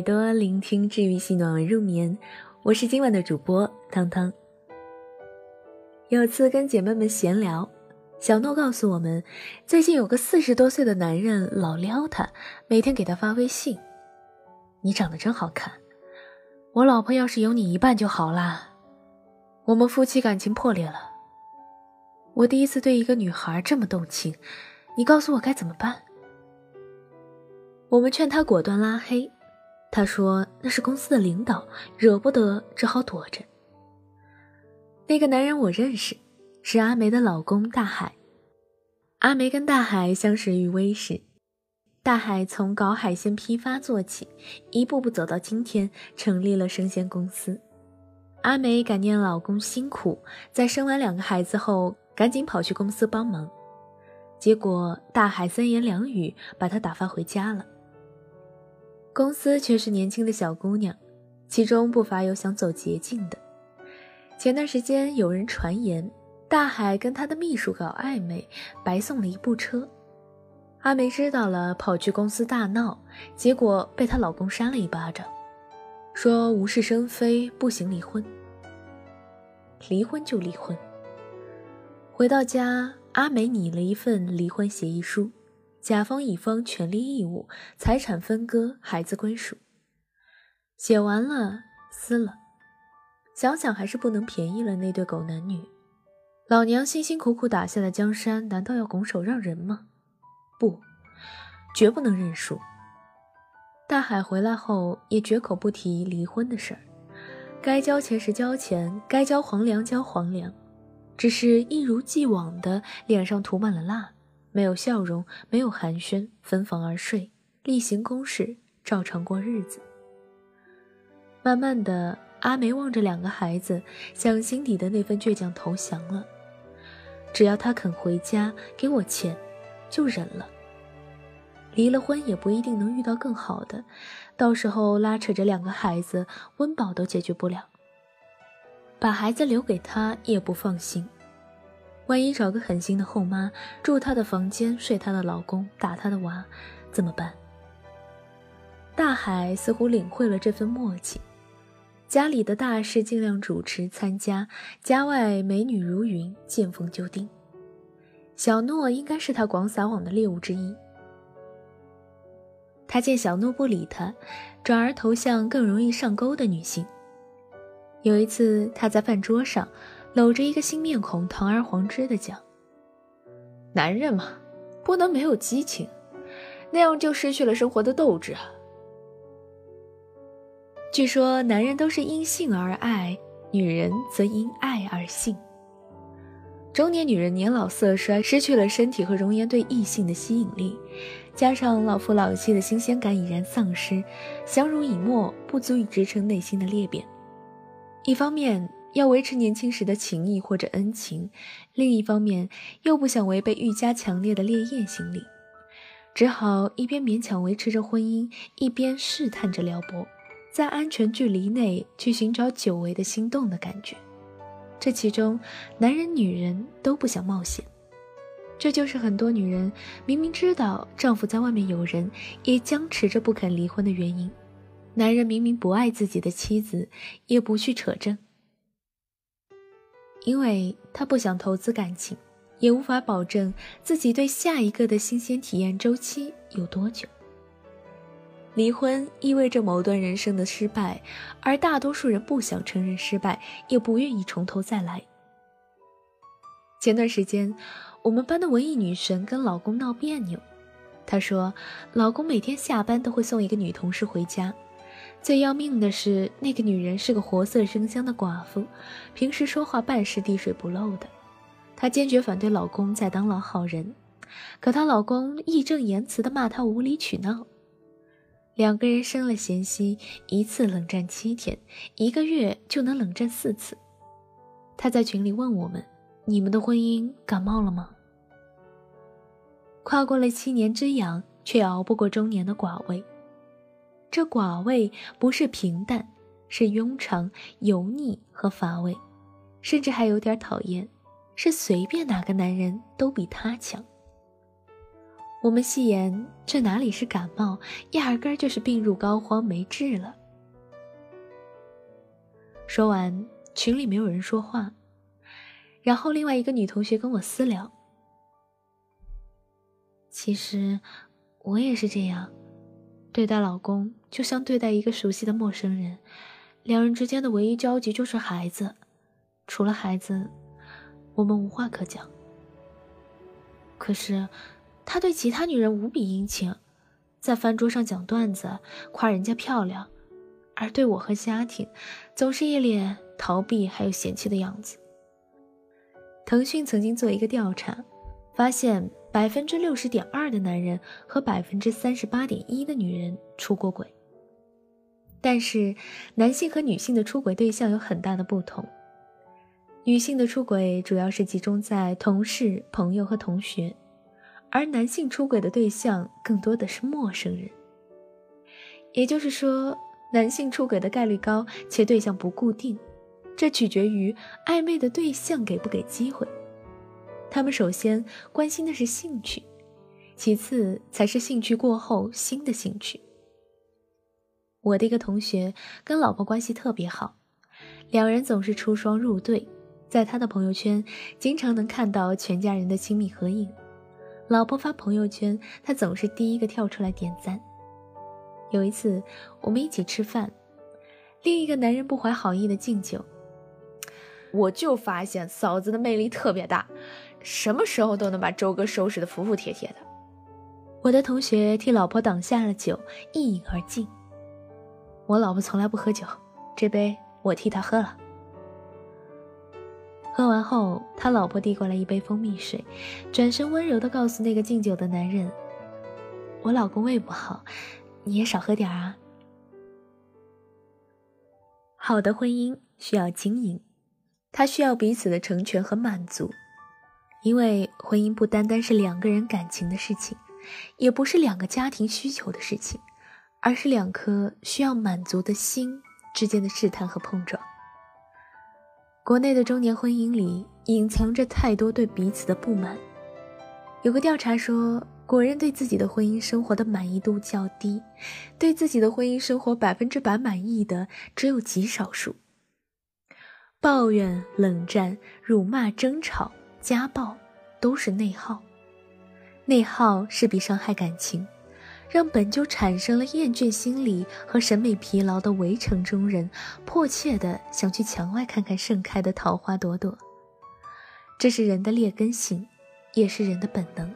朵聆听治愈系暖文入眠，我是今晚的主播汤汤。有次跟姐妹们闲聊，小诺告诉我们，最近有个40多岁的男人老撩她，每天给她发微信：你长得真好看，我老婆要是有你一半就好啦。我们夫妻感情破裂了。我第一次对一个女孩这么动情，你告诉我该怎么办？我们劝他果断拉黑，他说那是公司的领导，惹不得，只好躲着。那个男人我认识，是阿梅的老公大海。阿梅跟大海相识于微视，大海从搞海鲜批发做起，一步步走到今天，成立了生鲜公司。阿梅感念老公辛苦，在生完2个孩子后，赶紧跑去公司帮忙。结果大海3言2语把她打发回家了。公司却是年轻的小姑娘，其中不乏有想走捷径的。前段时间有人传言大海跟他的秘书搞暧昧，白送了一部车。阿梅知道了，跑去公司大闹，结果被她老公扇了一巴掌，说无事生非，不行离婚。离婚就离婚。回到家，阿梅拟了一份离婚协议书，甲方乙方权利义务、财产分割、孩子归属。写完了，撕了。想想还是不能便宜了那对狗男女。老娘辛辛苦苦打下的江山，难道要拱手让人吗？不，绝不能认输。大海回来后也绝口不提离婚的事儿，该交钱时交钱，该交黄粮交黄粮，只是一如既往的脸上涂满了蜡，没有笑容，没有寒暄，分房而睡，例行公事，照常过日子。慢慢的，阿梅望着2个孩子，向心底的那份倔强投降了。只要他肯回家给我钱，就忍了。离了婚也不一定能遇到更好的，到时候拉扯着2个孩子，温饱都解决不了。把孩子留给他也不放心，万一找个狠心的后妈，住她的房间，睡她的老公，打她的娃，怎么办？大海似乎领会了这份默契，家里的大事尽量主持参加，家外美女如云，见风就定。小诺应该是他广撒网的猎物之一。他见小诺不理他，转而投向更容易上钩的女性。有一次他在饭桌上搂着一个新面孔，堂而皇之地讲：男人嘛，不能没有激情，那样就失去了生活的斗志啊。据说男人都是因性而爱，女人则因爱而性。中年女人年老色衰，失去了身体和容颜对异性的吸引力，加上老夫老妻的新鲜感已然丧失，相濡以沫不足以支撑内心的裂变。一方面要维持年轻时的情谊或者恩情，另一方面又不想违背愈加强烈的烈焰心理，只好一边勉强维持着婚姻，一边试探着撩拨，在安全距离内去寻找久违的心动的感觉。这其中男人女人都不想冒险，这就是很多女人明明知道丈夫在外面有人，也僵持着不肯离婚的原因。男人明明不爱自己的妻子，也不去扯证，因为他不想投资感情，也无法保证自己对下一个的新鲜体验周期有多久。离婚意味着某段人生的失败，而大多数人不想承认失败，也不愿意从头再来。前段时间，我们班的文艺女神跟老公闹别扭。她说，老公每天下班都会送一个女同事回家，最要命的是，那个女人是个活色生香的寡妇，平时说话办事滴水不漏的。她坚决反对老公再当老好人，可她老公义正言辞地骂她无理取闹。2个人生了嫌隙，一次冷战7天，1个月就能冷战4次。他在群里问我们，你们的婚姻感冒了吗？跨过了7年之痒，却熬不过中年的寡味。这寡味不是平淡，是庸常、油腻和乏味，甚至还有点讨厌，是随便哪个男人都比他强。 我们戏言这哪里是感冒，压根儿就是病入膏肓没治了。说完，群里没有人说话，然后另外一个女同学跟我私聊，其实我也是这样，对待老公就像对待一个熟悉的陌生人，两人之间的唯一交集就是孩子，除了孩子，我们无话可讲。可是他对其他女人无比殷勤，在饭桌上讲段子，夸人家漂亮，而对我和家庭总是一脸逃避还有嫌弃的样子。腾讯曾经做一个调查，发现 60.2% 的男人和 38.1% 的女人出过轨，但是男性和女性的出轨对象有很大的不同。女性的出轨主要是集中在同事、朋友和同学，而男性出轨的对象更多的是陌生人。也就是说，男性出轨的概率高，且对象不固定，这取决于暧昧的对象给不给机会。他们首先关心的是兴趣，其次才是兴趣过后新的兴趣。我的一个同学跟老婆关系特别好，两人总是出双入对，在他的朋友圈经常能看到全家人的亲密合影，老婆发朋友圈，他总是第一个跳出来点赞。有一次我们一起吃饭，另一个男人不怀好意的敬酒，我就发现嫂子的魅力特别大，什么时候都能把周哥收拾得服服帖帖的。我的同学替老婆挡下了酒，一饮而尽。我老婆从来不喝酒，这杯我替她喝了。喝完后，他老婆递过来一杯蜂蜜水，转身温柔地告诉那个敬酒的男人，我老公胃不好，你也少喝点啊。好的婚姻需要经营，它需要彼此的成全和满足，因为婚姻不单单是两个人感情的事情，也不是两个家庭需求的事情，而是两颗需要满足的心之间的试探和碰撞。国内的中年婚姻里隐藏着太多对彼此的不满。有个调查说，国人对自己的婚姻生活的满意度较低，对自己的婚姻生活100%满意的只有极少数。抱怨、冷战、辱骂、争吵、家暴都是内耗。内耗势必伤害感情，让本就产生了厌倦心理和审美疲劳的围城中人迫切地想去墙外看看盛开的桃花朵朵。这是人的劣根性，也是人的本能。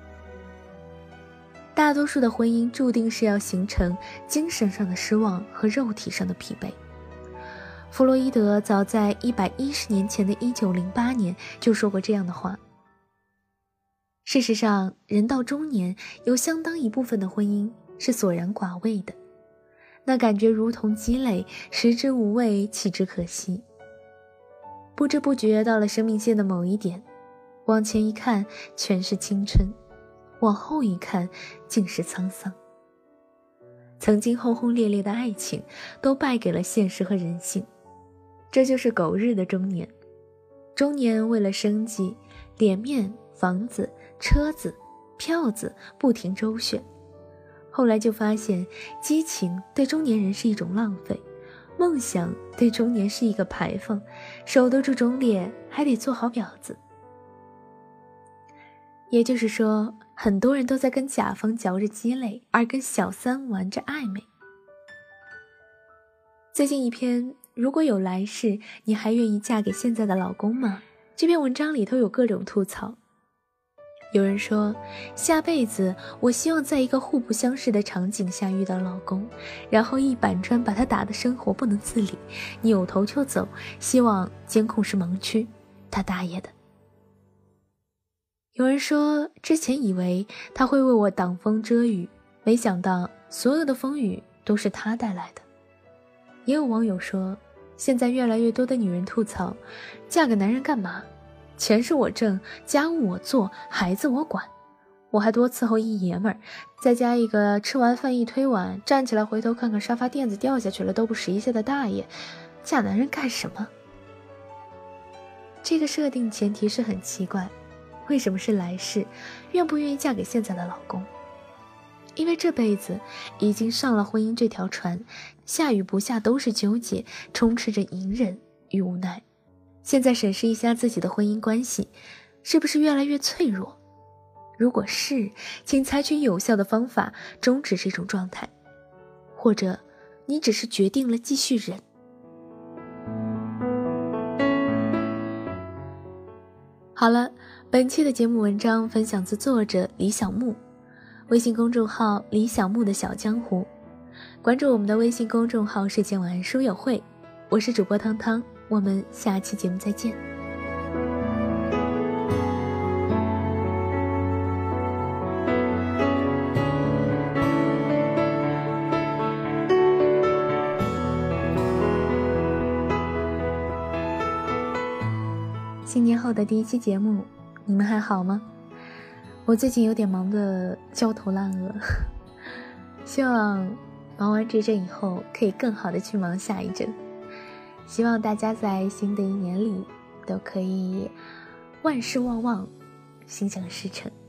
大多数的婚姻注定是要形成精神上的失望和肉体上的疲惫。弗洛伊德早在110年前的1908年就说过这样的话。事实上，人到中年，有相当一部分的婚姻是索然寡味的，那感觉如同鸡肋，食之无味，弃之可惜。不知不觉到了生命线的某一点，往前一看全是青春，往后一看尽是沧桑。曾经轰轰烈烈的爱情都败给了现实和人性，这就是狗日的中年。中年为了生计，脸面、房子、车子、票子不停周旋，后来就发现激情对中年人是一种浪费，梦想对中年是一个排放，守得住忠烈还得做好婊子。也就是说，很多人都在跟甲方嚼着鸡肋，而跟小三玩着暧昧。最近一篇如果有来世，你还愿意嫁给现在的老公吗？这篇文章里头有各种吐槽。有人说，下辈子我希望在一个互不相识的场景下遇到老公，然后一板砖把他打得生活不能自理，扭头就走，希望监控是盲区，他大爷的。有人说，之前以为他会为我挡风遮雨，没想到所有的风雨都是他带来的。也有网友说，现在越来越多的女人吐槽，嫁给男人干嘛？钱是我挣，家务我做，孩子我管，我还多伺候一爷们儿，再加一个吃完饭一推碗，站起来回头看看沙发垫子掉下去了都不识一下的大爷，嫁男人干什么？这个设定前提是很奇怪， 为什么是来世，愿不愿意嫁给现在的老公。因为这辈子已经上了婚姻这条船，下与不下都是纠结，充斥着隐忍与无奈。现在审视一下自己的婚姻关系，是不是越来越脆弱？如果是，请采取有效的方法终止这种状态，或者你只是决定了继续忍。好了，本期的节目文章分享自作者李小木，微信公众号李小木的小江湖，关注我们的微信公众号睡前晚安书友会，我是主播汤汤，我们下期节目再见。新年后的第一期节目，你们还好吗？我最近有点忙得焦头烂额，希望忙完这阵以后可以更好的去忙下一阵。希望大家在新的一年里都可以万事旺旺，心想事成。